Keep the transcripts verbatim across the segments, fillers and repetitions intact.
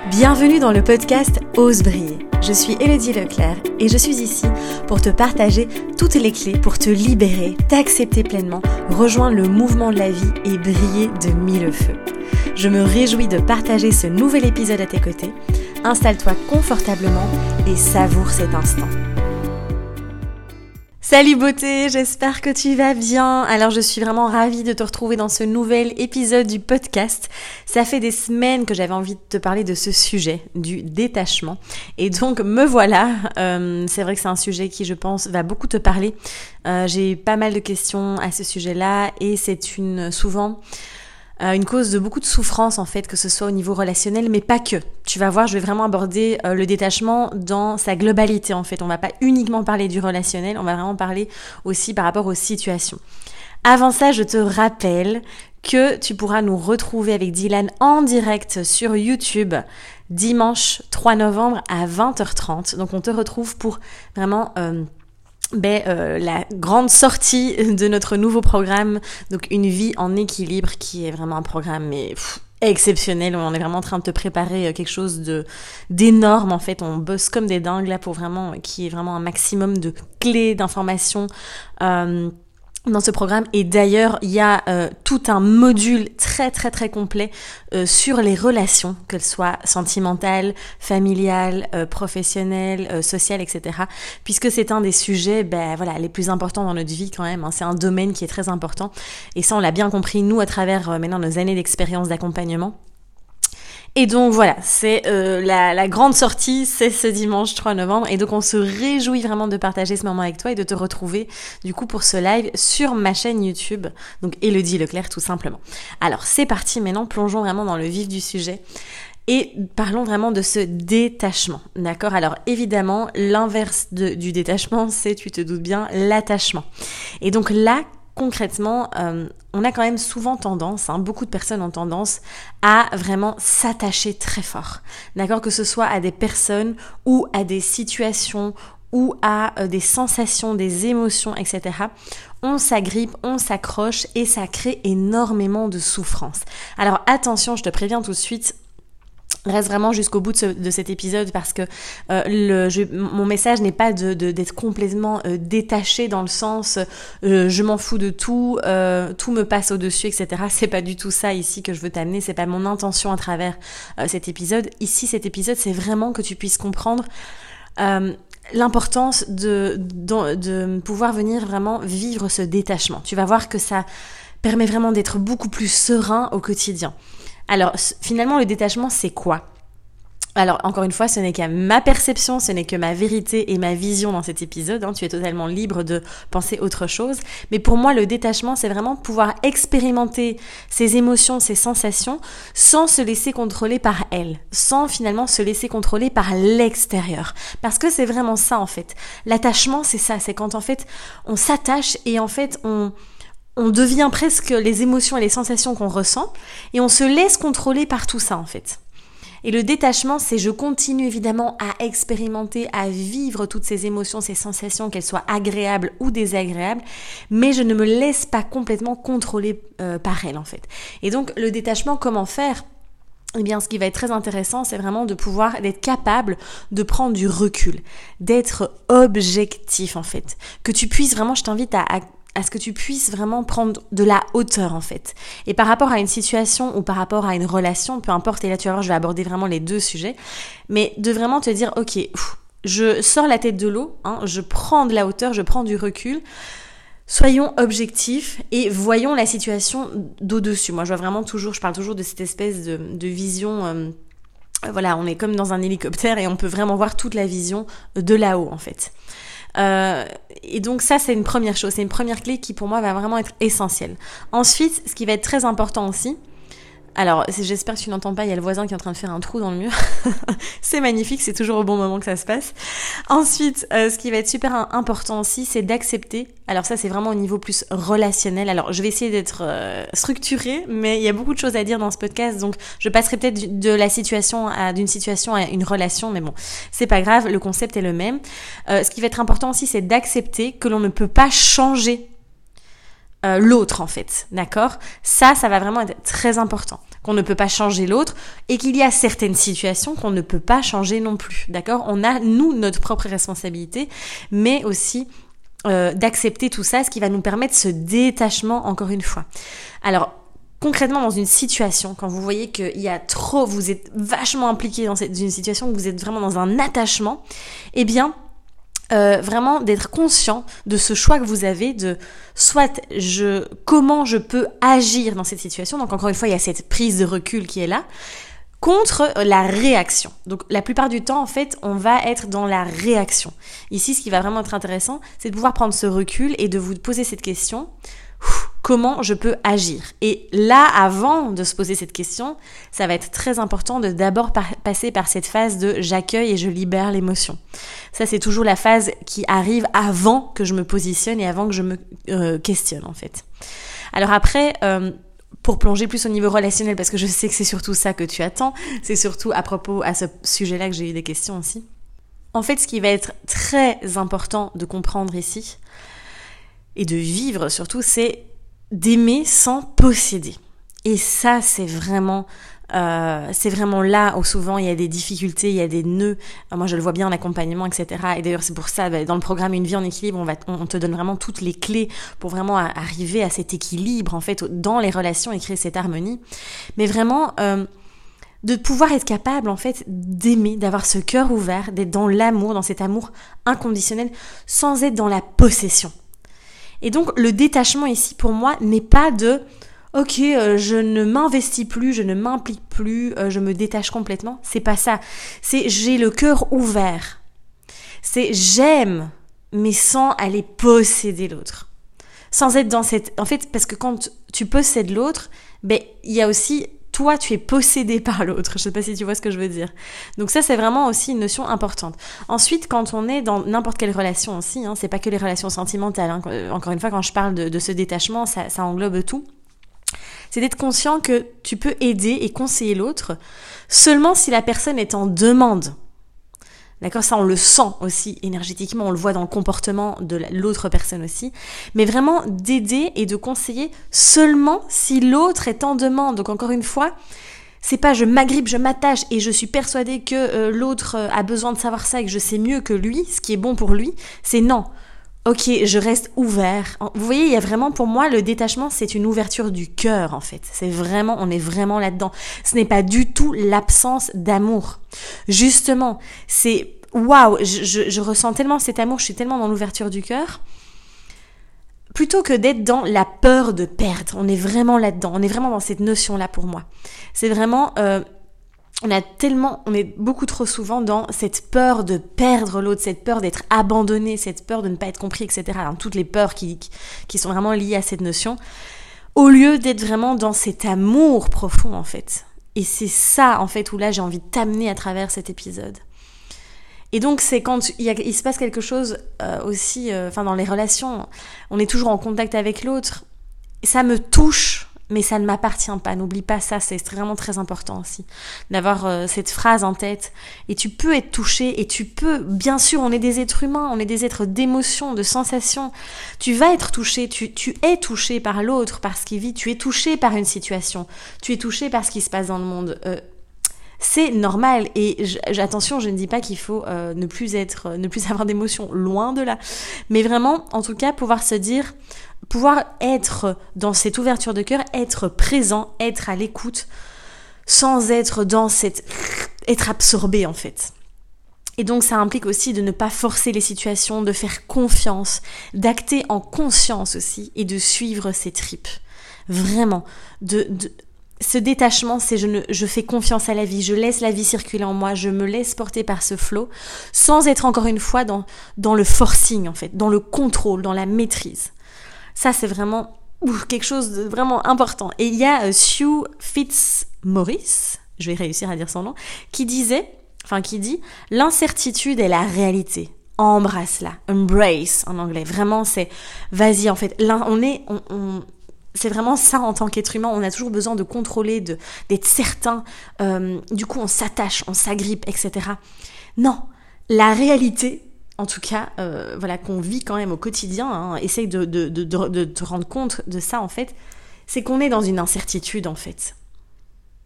Bienvenue dans le podcast Ose briller. Je suis Élodie Leclerc et je suis ici pour te partager toutes les clés pour te libérer, t'accepter pleinement, rejoindre le mouvement de la vie et briller de mille feux. Je me réjouis de partager ce nouvel épisode à tes côtés. Installe-toi confortablement et savoure cet instant. Salut beauté, j'espère que tu vas bien. Alors je suis vraiment ravie de te retrouver dans ce nouvel épisode du podcast. Ça fait des semaines que j'avais envie de te parler de ce sujet, du détachement. Et donc me voilà. Euh, c'est vrai que c'est un sujet qui, je pense, va beaucoup te parler. Euh, j'ai pas mal de questions à ce sujet-là et c'est une souvent... Euh, une cause de beaucoup de souffrance en fait, que ce soit au niveau relationnel, mais pas que. Tu vas voir, je vais vraiment aborder euh, le détachement dans sa globalité en fait. On va pas uniquement parler du relationnel, on va vraiment parler aussi par rapport aux situations. Avant ça, je te rappelle que tu pourras nous retrouver avec Dylan en direct sur YouTube dimanche trois novembre à vingt heures trente. Donc on te retrouve pour vraiment... Euh, Ben, euh, la grande sortie de notre nouveau programme, donc une vie en équilibre, qui est vraiment un programme mais pff, exceptionnel. On est vraiment en train de te préparer quelque chose de d'énorme en fait. On bosse comme des dingues là pour vraiment qu'il y ait vraiment un maximum de clés, d'informations euh, dans ce programme. Et d'ailleurs, il y a euh, tout un module très très très complet euh, sur les relations, qu'elles soient sentimentales, familiales, euh, professionnelles, euh, sociales, et cetera. Puisque c'est un des sujets, ben voilà, les plus importants dans notre vie quand même. Hein. C'est un domaine qui est très important. Et ça, on l'a bien compris nous à travers euh, maintenant nos années d'expérience d'accompagnement. Et donc voilà, c'est euh, la, la grande sortie, c'est ce dimanche trois novembre. Et donc on se réjouit vraiment de partager ce moment avec toi et de te retrouver du coup pour ce live sur ma chaîne YouTube, donc Élodie Leclerc tout simplement. Alors c'est parti maintenant, plongeons vraiment dans le vif du sujet. Et parlons vraiment de ce détachement, d'accord ? Alors évidemment, l'inverse de, du détachement, c'est, tu te doutes bien, l'attachement. Et donc là, concrètement, euh, on a quand même souvent tendance, hein, beaucoup de personnes ont tendance à vraiment s'attacher très fort, d'accord ? Que ce soit à des personnes ou à des situations ou à euh, des sensations, des émotions, et cetera. On s'agrippe, on s'accroche et ça crée énormément de souffrance. Alors attention, je te préviens tout de suite, reste vraiment jusqu'au bout de, ce, de cet épisode parce que euh, le, je, mon message n'est pas de, de, d'être complètement euh, détaché dans le sens euh, je m'en fous de tout, euh, tout me passe au-dessus, et cetera. C'est pas du tout ça ici que je veux t'amener, c'est pas mon intention à travers euh, cet épisode. Ici, cet épisode, c'est vraiment que tu puisses comprendre euh, l'importance de, de, de pouvoir venir vraiment vivre ce détachement. Tu vas voir que ça permet vraiment d'être beaucoup plus serein au quotidien. Alors, finalement, le détachement, c'est quoi ? Alors, encore une fois, ce n'est qu'à ma perception, ce n'est que ma vérité et ma vision dans cet épisode. Hein. Tu es totalement libre de penser autre chose. Mais pour moi, le détachement, c'est vraiment pouvoir expérimenter ses émotions, ses sensations, sans se laisser contrôler par elles, sans finalement se laisser contrôler par l'extérieur. Parce que c'est vraiment ça, en fait. L'attachement, c'est ça. C'est quand, en fait, on s'attache et, en fait, on... on devient presque les émotions et les sensations qu'on ressent et on se laisse contrôler par tout ça en fait. Et le détachement, c'est je continue évidemment à expérimenter, à vivre toutes ces émotions, ces sensations, qu'elles soient agréables ou désagréables, mais je ne me laisse pas complètement contrôler euh, par elles en fait. Et donc le détachement, comment faire ? Eh bien, ce qui va être très intéressant, c'est vraiment de pouvoir, d'être capable de prendre du recul, d'être objectif en fait. Que tu puisses vraiment, je t'invite à... à à ce que tu puisses vraiment prendre de la hauteur en fait. Et par rapport à une situation ou par rapport à une relation, peu importe, et là tu vas voir, je vais aborder vraiment les deux sujets, mais de vraiment te dire, ok, pff, je sors la tête de l'eau, hein, je prends de la hauteur, je prends du recul, soyons objectifs et voyons la situation d'au-dessus. Moi, je vois vraiment toujours, je parle toujours de cette espèce de, de vision... Euh, voilà, on est comme dans un hélicoptère et on peut vraiment voir toute la vision de là-haut en fait. Euh, et donc ça, c'est une première chose, c'est une première clé qui pour moi va vraiment être essentielle. Ensuite, ce qui va être très important aussi, alors j'espère que tu n'entends pas, il y a le voisin qui est en train de faire un trou dans le mur, c'est magnifique, c'est toujours au bon moment que ça se passe. Ensuite, euh, ce qui va être super important aussi, c'est d'accepter, alors ça c'est vraiment au niveau plus relationnel, alors je vais essayer d'être euh, structurée, mais il y a beaucoup de choses à dire dans ce podcast, donc je passerai peut-être de la situation à, d'une situation à une relation, mais bon, c'est pas grave, le concept est le même. Euh, ce qui va être important aussi, c'est d'accepter que l'on ne peut pas changer Euh, l'autre en fait, d'accord ? Ça, ça va vraiment être très important. qu'on ne peut pas changer l'autre et qu'il y a certaines situations qu'on ne peut pas changer non plus, d'accord ? On a, nous, notre propre responsabilité, mais aussi euh, d'accepter tout ça, ce qui va nous permettre ce détachement, encore une fois. Alors, concrètement, dans une situation, quand vous voyez qu'il y a trop, vous êtes vachement impliqué dans cette, une situation, que vous êtes vraiment dans un attachement, eh bien, euh, vraiment d'être conscient de ce choix que vous avez de soit je, comment je peux agir dans cette situation. Donc encore une fois, il y a cette prise de recul qui est là, contre la réaction. Donc la plupart du temps, en fait, on va être dans la réaction. Ici, ce qui va vraiment être intéressant, c'est de pouvoir prendre ce recul et de vous poser cette question. Comment je peux agir ? Et là, avant de se poser cette question, ça va être très important de d'abord par- passer par cette phase de j'accueille et je libère l'émotion. Ça, c'est toujours la phase qui arrive avant que je me positionne et avant que je me euh, questionne, en fait. Alors après, euh, pour plonger plus au niveau relationnel, parce que je sais que c'est surtout ça que tu attends, c'est surtout à propos à ce sujet-là que j'ai eu des questions aussi. En fait, ce qui va être très important de comprendre ici, et de vivre surtout, c'est d'aimer sans posséder. Et ça, c'est vraiment, euh, c'est vraiment là où souvent il y a des difficultés, il y a des nœuds. Moi, je le vois bien en accompagnement, et cetera. Et d'ailleurs, c'est pour ça, dans le programme Une vie en équilibre, on, va, on te donne vraiment toutes les clés pour vraiment arriver à cet équilibre, en fait, dans les relations et créer cette harmonie. Mais vraiment, euh, de pouvoir être capable, en fait, d'aimer, d'avoir ce cœur ouvert, d'être dans l'amour, dans cet amour inconditionnel, sans être dans la possession. Et donc, le détachement ici, pour moi, n'est pas de « Ok, euh, je ne m'investis plus, je ne m'implique plus, euh, je me détache complètement. » C'est pas ça. C'est « j'ai le cœur ouvert. » C'est « j'aime, mais sans aller posséder l'autre. » Sans être dans cette... En fait, parce que quand tu possèdes l'autre, ben, il y a aussi... Toi, tu es possédé par l'autre. Je ne sais pas si tu vois ce que je veux dire. Donc ça, c'est vraiment aussi une notion importante. Ensuite, quand on est dans n'importe quelle relation aussi, hein, c'est pas que les relations sentimentales. Hein, encore une fois, quand je parle de, de ce détachement, ça, ça englobe tout. C'est d'être conscient que tu peux aider et conseiller l'autre seulement si la personne est en demande. D'accord, ça on le sent aussi énergétiquement, on le voit dans le comportement de l'autre personne aussi, mais vraiment d'aider et de conseiller seulement si l'autre est en demande. Donc encore une fois, c'est pas je m'agrippe, je m'attache et je suis persuadée que euh, l'autre a besoin de savoir ça et que je sais mieux que lui, ce qui est bon pour lui, c'est non. Ok, je reste ouvert. Vous voyez, il y a vraiment, pour moi, le détachement, c'est une ouverture du cœur, en fait. C'est vraiment, on est vraiment là-dedans. Ce n'est pas du tout l'absence d'amour. Justement, c'est, waouh, je, je, je ressens tellement cet amour, je suis tellement dans l'ouverture du cœur. Plutôt que d'être dans la peur de perdre. On est vraiment là-dedans. On est vraiment dans cette notion-là pour moi. C'est vraiment... Euh, On a tellement, on est beaucoup trop souvent dans cette peur de perdre l'autre, cette peur d'être abandonné, cette peur de ne pas être compris, et cetera. Alors, toutes les peurs qui, qui sont vraiment liées à cette notion, au lieu d'être vraiment dans cet amour profond, en fait. Et c'est ça, en fait, où là, j'ai envie de t'amener à travers cet épisode. Et donc, c'est quand il, y a, il se passe quelque chose euh, aussi, euh, enfin, dans les relations, on est toujours en contact avec l'autre, et ça me touche. Mais ça ne m'appartient pas, n'oublie pas ça, c'est vraiment très important aussi, d'avoir euh, cette phrase en tête. Et tu peux être touché, et tu peux, bien sûr, on est des êtres humains, on est des êtres d'émotions, de sensations. Tu vas être touché, tu, tu es touché par l'autre, par ce qu'il vit, tu es touché par une situation, tu es touché par ce qui se passe dans le monde. Euh, c'est normal, et j- attention, je ne dis pas qu'il faut euh, ne plus être, ne plus avoir d'émotions, loin de là. Mais vraiment, en tout cas, pouvoir se dire... pouvoir être dans cette ouverture de cœur, être présent, être à l'écoute, sans être dans cette... être absorbé en fait. Et donc ça implique aussi de ne pas forcer les situations, de faire confiance, d'acter en conscience aussi et de suivre ses tripes. Vraiment, de... de ce détachement, c'est je, ne, je fais confiance à la vie, je laisse la vie circuler en moi, je me laisse porter par ce flot, sans être encore une fois dans, dans le forcing en fait, dans le contrôle, dans la maîtrise. Ça, c'est vraiment ouf, quelque chose de vraiment important. Et il y a euh, Sue Fitzmaurice, je vais réussir à dire son nom, qui disait, enfin qui dit, l'incertitude est la réalité. Embrasse-la, embrace en anglais. Vraiment, c'est, vas-y en fait. Là, on est, on, on, c'est vraiment ça en tant qu'être humain. On a toujours besoin de contrôler, de d'être certain. Euh, du coup, on s'attache, on s'agrippe, et cetera. Non, la réalité. En tout cas, euh, voilà, qu'on vit quand même au quotidien, hein, essaye de, de, de, de, de te rendre compte de ça, en fait, c'est qu'on est dans une incertitude, en fait.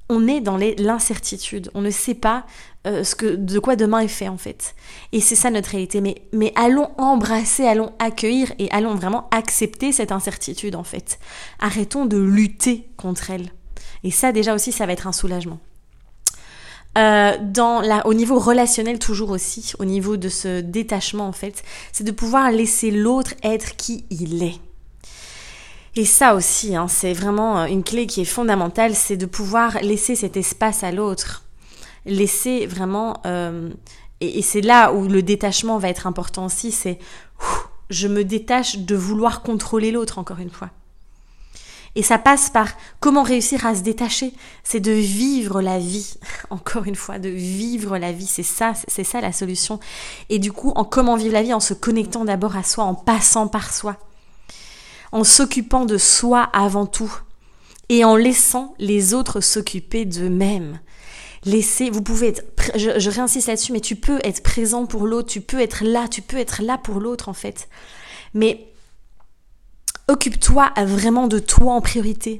on est dans les, l'incertitude. On ne sait pas euh, ce que, de quoi demain est fait en fait. Et c'est ça notre réalité. Mais, mais allons embrasser, allons accueillir et allons vraiment accepter cette incertitude en fait. Arrêtons de lutter contre elle. Et ça déjà aussi, ça va être un soulagement. Euh, dans la, au niveau relationnel toujours aussi, au niveau de ce détachement en fait, c'est de pouvoir laisser l'autre être qui il est. Et ça aussi, hein, c'est vraiment une clé qui est fondamentale, c'est de pouvoir laisser cet espace à l'autre. Laisser vraiment... Euh, et, et c'est là où le détachement va être important aussi, c'est... Ouf, je me détache de vouloir contrôler l'autre, encore une fois. Et ça passe par comment réussir à se détacher. C'est de vivre la vie, encore une fois, de vivre la vie. C'est ça, c'est ça la solution. Et du coup, en comment vivre la vie? En se connectant d'abord à soi, en passant par soi. En s'occupant de soi avant tout. Et en laissant les autres s'occuper d'eux-mêmes. Laissez, vous pouvez être, je, je réinsiste là-dessus, mais tu peux être présent pour l'autre, tu peux être là, tu peux être là pour l'autre en fait. Mais occupe-toi vraiment de toi en priorité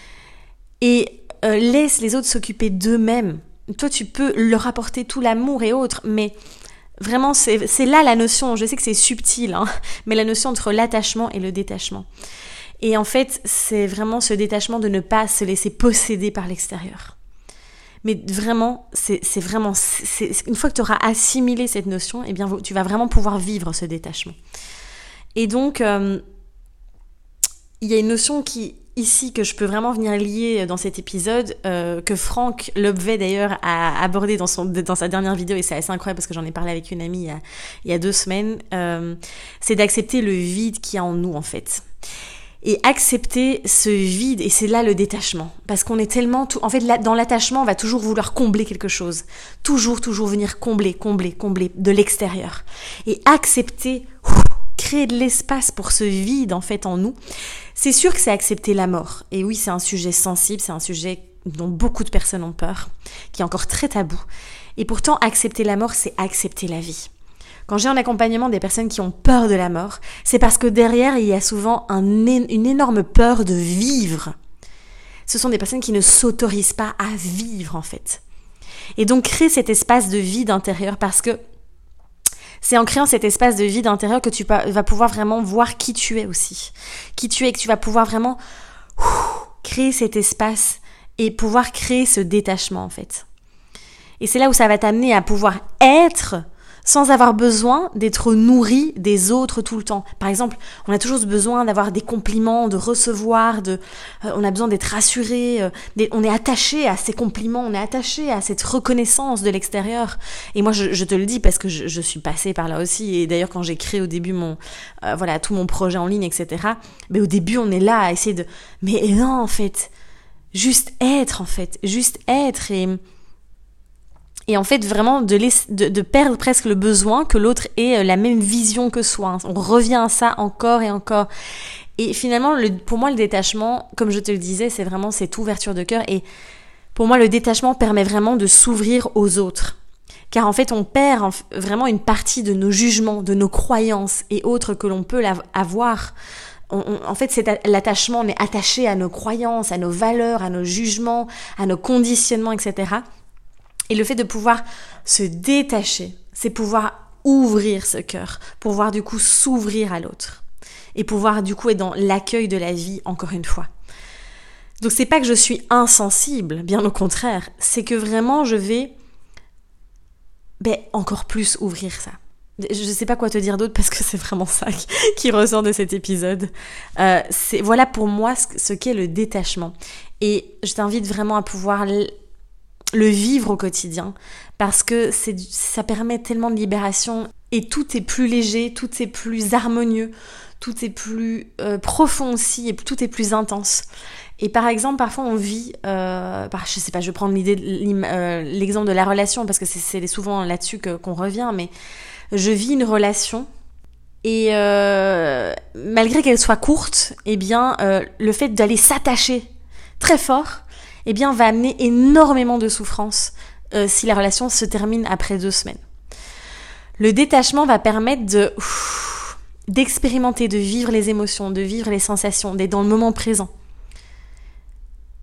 et euh, laisse les autres s'occuper d'eux-mêmes. Toi, tu peux leur apporter tout l'amour et autres, mais vraiment, c'est, c'est là la notion, je sais que c'est subtil, hein, mais la notion entre l'attachement et le détachement. Et en fait, c'est vraiment ce détachement de ne pas se laisser posséder par l'extérieur. Mais vraiment, c'est, c'est vraiment, c'est, c'est, une fois que tu auras assimilé cette notion, eh bien, tu vas vraiment pouvoir vivre ce détachement. Et donc... Euh, il y a une notion qui, ici, que je peux vraiment venir lier dans cet épisode, euh, que Franck Lobvet d'ailleurs a abordé dans, son, dans sa dernière vidéo, et c'est assez incroyable parce que j'en ai parlé avec une amie il y a, il y a deux semaines, euh, c'est d'accepter le vide qu'il y a en nous en fait. Et accepter ce vide, et c'est là le détachement. Parce qu'on est tellement... Tout, en fait, là, dans l'attachement, on va toujours vouloir combler quelque chose. Toujours, toujours venir combler, combler, combler de l'extérieur. Et accepter... Ouf, créer de l'espace pour ce vide en fait en nous, c'est sûr que c'est accepter la mort. Et oui, c'est un sujet sensible, c'est un sujet dont beaucoup de personnes ont peur, qui est encore très tabou. Et pourtant, accepter la mort, c'est accepter la vie. Quand j'ai en accompagnement des personnes qui ont peur de la mort, c'est parce que derrière, il y a souvent un, une énorme peur de vivre. Ce sont des personnes qui ne s'autorisent pas à vivre en fait. Et donc, créer cet espace de vide intérieur parce que c'est en créant cet espace de vide intérieur que tu vas pouvoir vraiment voir qui tu es aussi. Qui tu es, que tu vas pouvoir vraiment ouf, créer cet espace et pouvoir créer ce détachement en fait. Et c'est là où ça va t'amener à pouvoir être sans avoir besoin d'être nourri des autres tout le temps. Par exemple, on a toujours besoin d'avoir des compliments, de recevoir, de, euh, on a besoin d'être rassuré, euh, des, on est attaché à ces compliments, on est attaché à cette reconnaissance de l'extérieur. Et moi, je, je te le dis parce que je, je suis passée par là aussi. Et d'ailleurs, quand j'ai créé au début mon, euh, voilà, tout mon projet en ligne, et cetera. Mais au début, on est là à essayer de, mais non, en fait, juste être, en fait, juste être et Et en fait, vraiment, de, laisser, de, de perdre presque le besoin que l'autre ait la même vision que soi. On revient à ça encore et encore. Et finalement, le, pour moi, le détachement, comme je te le disais, c'est vraiment cette ouverture de cœur. Et pour moi, le détachement permet vraiment de s'ouvrir aux autres. Car en fait, on perd en, vraiment une partie de nos jugements, de nos croyances et autres que l'on peut avoir. On, on, en fait, c'est l'attachement, on est attaché à nos croyances, à nos valeurs, à nos jugements, à nos conditionnements, et cetera. Et le fait de pouvoir se détacher, c'est pouvoir ouvrir ce cœur, pouvoir du coup s'ouvrir à l'autre et pouvoir du coup être dans l'accueil de la vie encore une fois. Donc c'est pas que je suis insensible, bien au contraire, c'est que vraiment je vais ben, encore plus ouvrir ça. Je sais pas quoi te dire d'autre parce que c'est vraiment ça qui, qui ressort de cet épisode. Euh, c'est, voilà pour moi ce, ce qu'est le détachement. Et je t'invite vraiment à pouvoir le vivre au quotidien parce que c'est, ça permet tellement de libération et tout est plus léger, tout est plus harmonieux, tout est plus euh, profond aussi et tout est plus intense. Et par exemple, parfois on vit, euh, par, je sais pas, je vais prendre l'idée, euh, l'exemple de la relation parce que c'est, c'est souvent là-dessus que, qu'on revient, mais je vis une relation et euh, malgré qu'elle soit courte, eh bien euh, le fait d'aller s'attacher très fort, eh bien, va amener énormément de souffrance euh, si la relation se termine après deux semaines. Le détachement va permettre de, ouf, d'expérimenter, de vivre les émotions, de vivre les sensations, d'être dans le moment présent.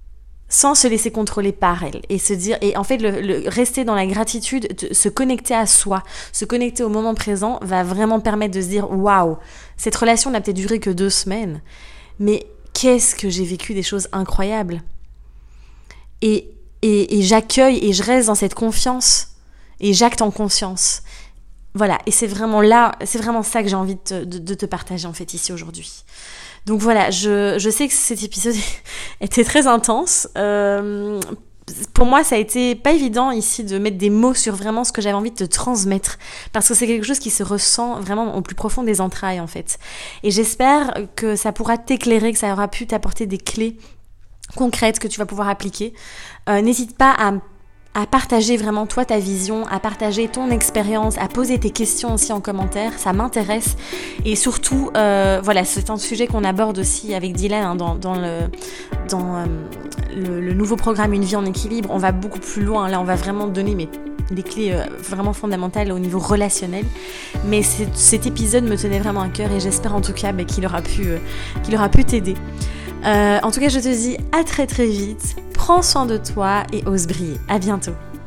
sans se laisser contrôler par elle et se dire et en fait le, le rester dans la gratitude, de, se connecter à soi, se connecter au moment présent va vraiment permettre de se dire waouh, cette relation n'a peut-être duré que deux semaines, mais qu'est-ce que j'ai vécu des choses incroyables et, et, et j'accueille et je reste dans cette confiance et j'acte en conscience. Voilà, et c'est vraiment là, c'est vraiment ça que j'ai envie de te, de, de te partager en fait ici aujourd'hui. Donc voilà, je, je sais que cet épisode était très intense. Euh, pour moi, ça a été pas évident ici de mettre des mots sur vraiment ce que j'avais envie de te transmettre, parce que c'est quelque chose qui se ressent vraiment au plus profond des entrailles en fait. Et j'espère que ça pourra t'éclairer, que ça aura pu t'apporter des clés concrètes que tu vas pouvoir appliquer. Euh, n'hésite pas à à partager vraiment toi ta vision, à partager ton expérience, à poser tes questions aussi en commentaire, ça m'intéresse. Et surtout, euh, voilà, c'est un sujet qu'on aborde aussi avec Dylan hein, dans, dans, le, dans euh, le, le nouveau programme Une vie en équilibre. On va beaucoup plus loin, là on va vraiment donner mais, des clés euh, vraiment fondamentales au niveau relationnel. Mais c'est, cet épisode me tenait vraiment à cœur et j'espère en tout cas bah, qu'il aura pu, euh, qu'il aura pu t'aider. Euh, en tout cas, je te dis à très très vite. Prends soin de toi et ose briller. À bientôt.